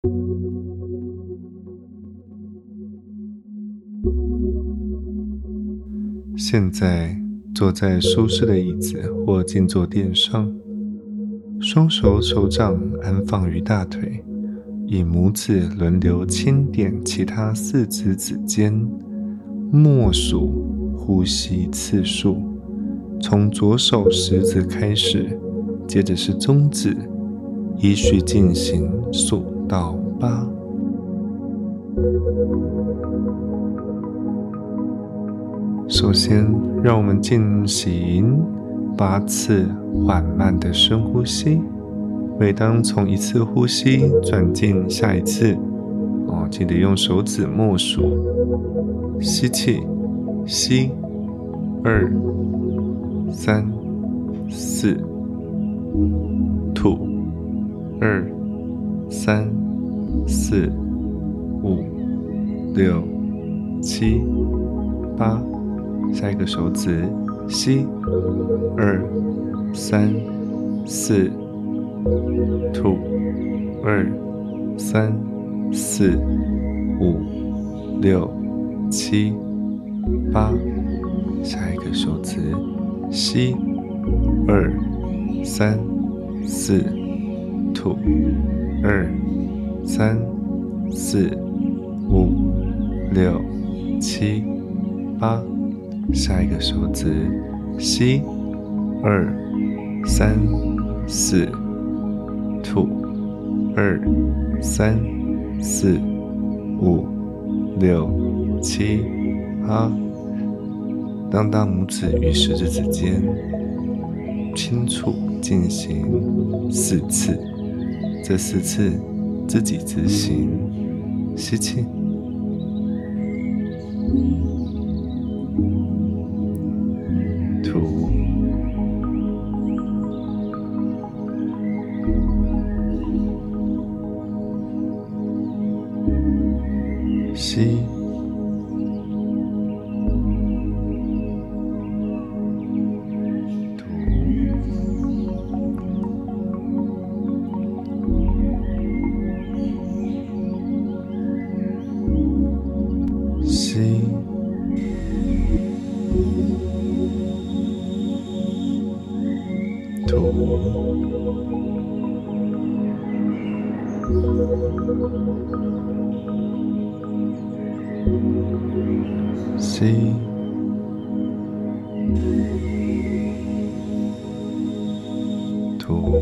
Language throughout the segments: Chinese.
现在坐在舒适的椅子或静坐垫上，双手手掌安放于大腿，以拇指轮流轻点其他四只指尖，默数呼吸次数，从左手食指开始，接着是中指，依序进行数到8。首先，让我们进行8次缓慢的深呼吸。每当从一次呼吸转进下一次，记得用手指默数。吸气，吸2、3、4，吐2、3、4、5、6、7、8。下一个手指，吸2、3、4，吐2、3、4、5、6、7、8。下一个手指，吸2、3、4，吐2、3、4、5、6、7、8。下一个手指，吸2、3、4，吐2、3、4、5、6、7、8。让大拇指与食指之间轻触进行4次，这4次自己执行。吸气，吐，吸，吐，吸，吐，吸，吐。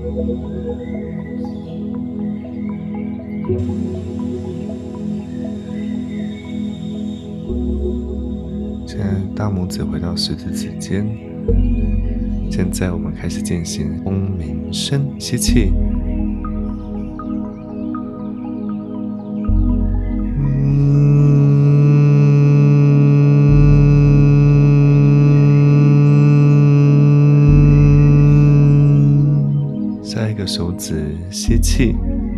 现在大拇指回到食指指尖。现在我们开始进行嗡鸣声。吸气，下一个手指吸气，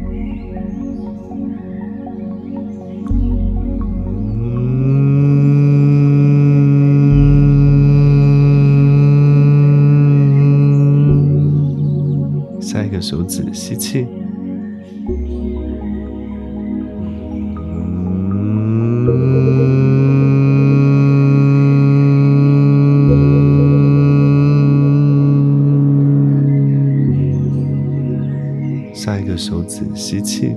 下一个手指吸气，下一个手指吸气，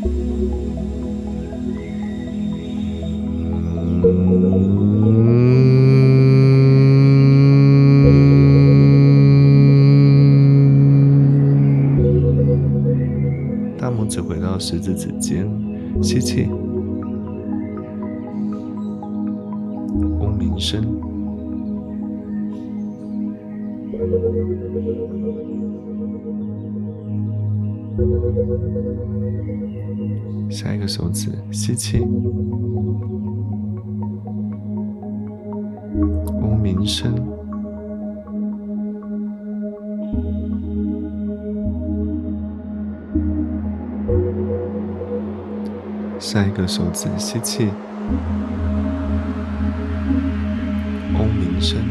大拇指回到食指指尖，吸气，嗡鸣声。下一个手指吸气，嗡鸣声。下一个手指吸气，嗡鸣声。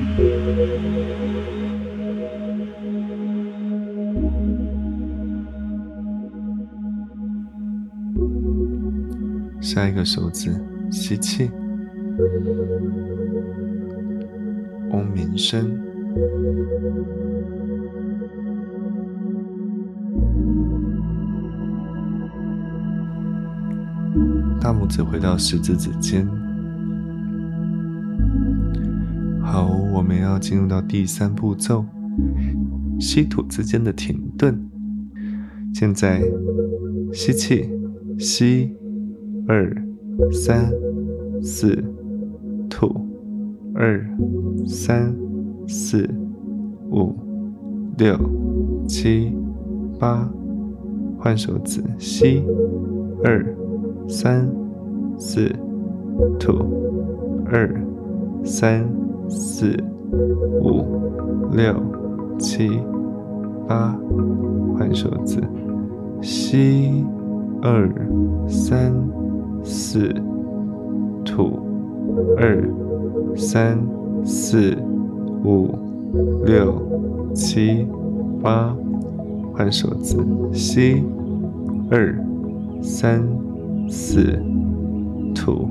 下一个手指吸气，嗡鸣声。大拇指回到食指指尖。好，我们要进入到第3步骤，吸吐之间的停顿。现在吸气，吸2、3、4，吐2、3、4、5、6、7、8，换手指，吸2、3、4，吐2、3、4、5、6、7、8，换手指，吸2、3、4，吐2、3、4、5、6、7、8，换手指，吸2、3、4，吐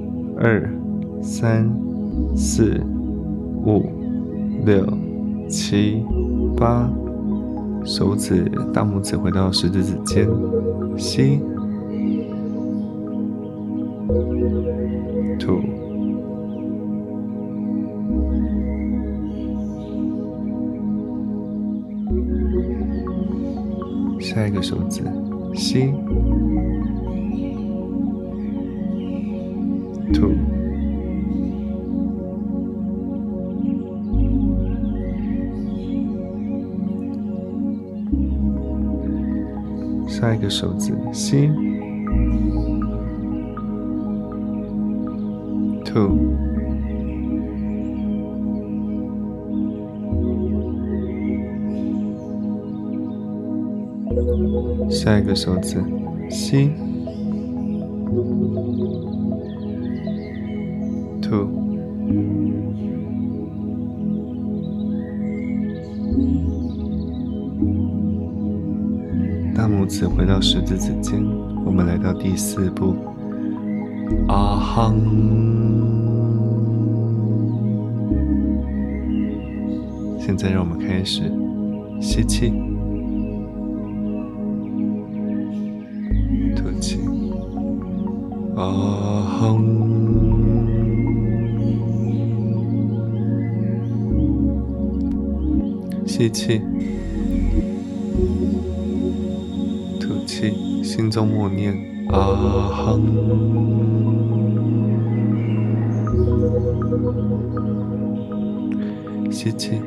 2、3、4、5、6、7、8，手指大拇指回到食指指尖，吸吐下一个手指，吸吐下一个手指，吸吐下一个手指，吸吐大拇指回到食指指尖，我们来到第4步，阿夯。现在让我们开始吸气，吐气，阿夯。吸气，吐气，心中默念阿夯。吸气，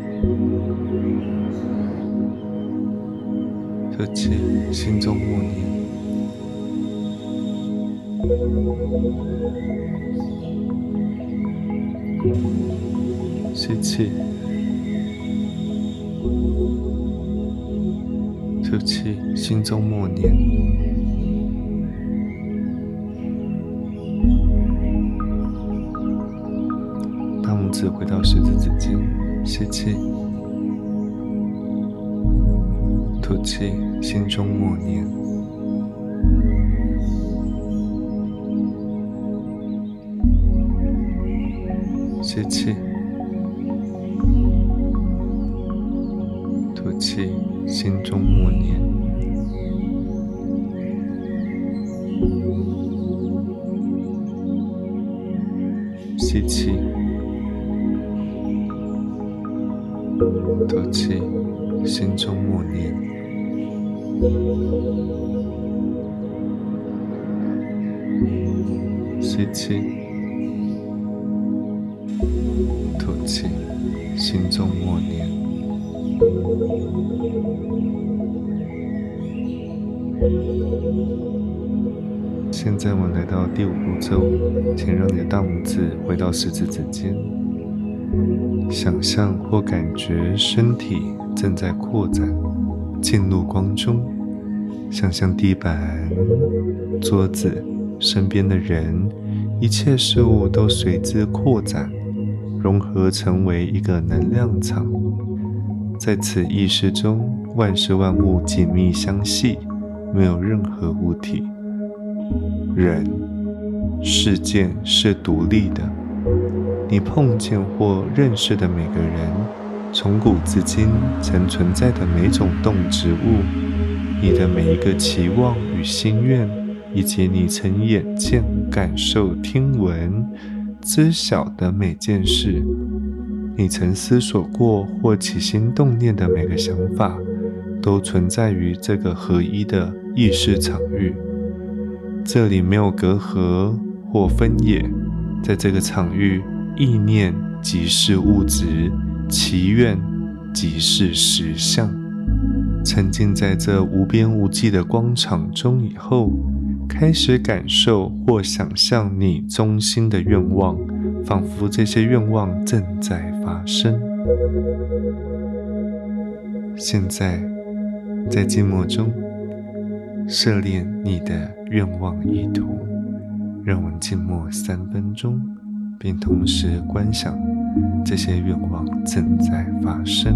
吐气，心中默念。吸气，吐气，心中默念。大拇指回到食指指尖，吸气，吐气，心中默念。吸气，吐气，心中默念。吸气，吐气，心中默念。吸气，吐气，心中默念。现在我们来到第5步骤，请让你的大拇指回到食指指尖，想象或感觉身体正在扩展，进入光中，想象地板、桌子、身边的人，一切事物都随之扩展，融合成为一个能量场。在此意识中，万事万物紧密相系，没有任何物体人、事件是独立的。你碰见或认识的每个人，从古至今曾存在的每种动植物，你的每一个期望与心愿，以及你曾眼见、感受、听闻、知晓的每件事，你曾思索过或起心动念的每个想法，都存在于这个合一的意识场域。这里没有隔阂或分野，在这个场域，意念即是物质，祈愿即是实相。沉浸在这无边无际的光场中以后，开始感受或想象你中心的愿望，仿佛这些愿望正在发生。现在，在静默中，设立你的愿望意图，让我们静默3分钟，并同时观想这些愿望正在发生。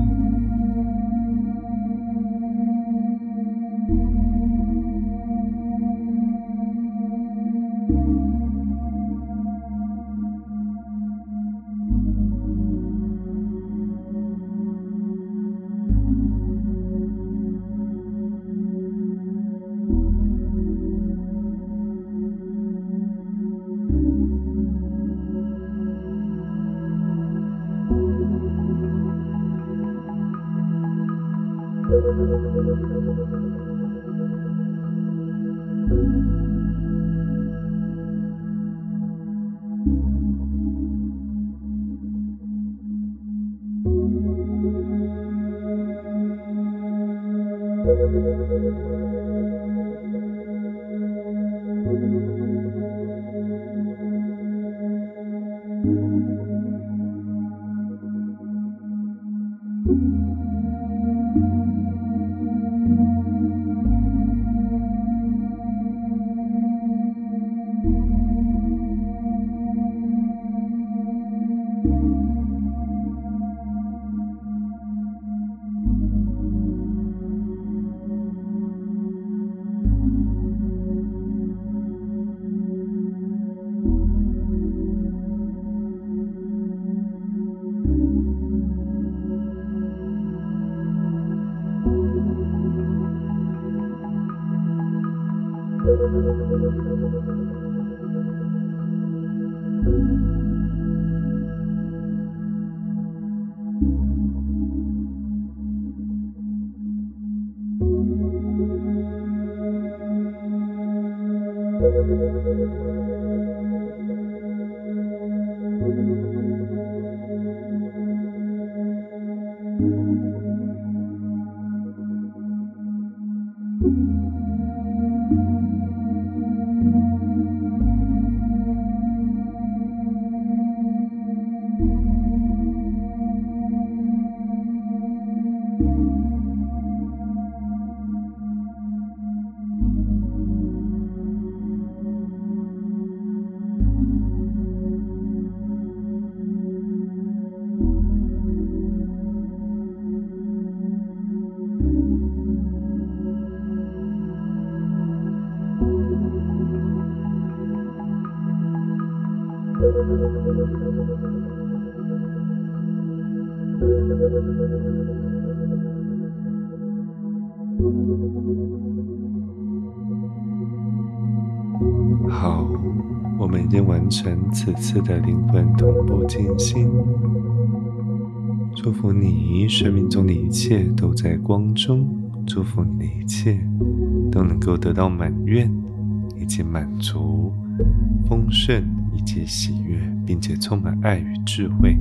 好，我们已经完成此次的灵魂同步静心。祝福你生命中的一切都在光中，祝福你的一切都能够得到满愿以及满足、丰盛以及喜悦，并且充满爱与智慧。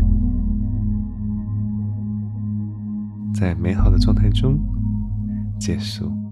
在美好的状态中结束。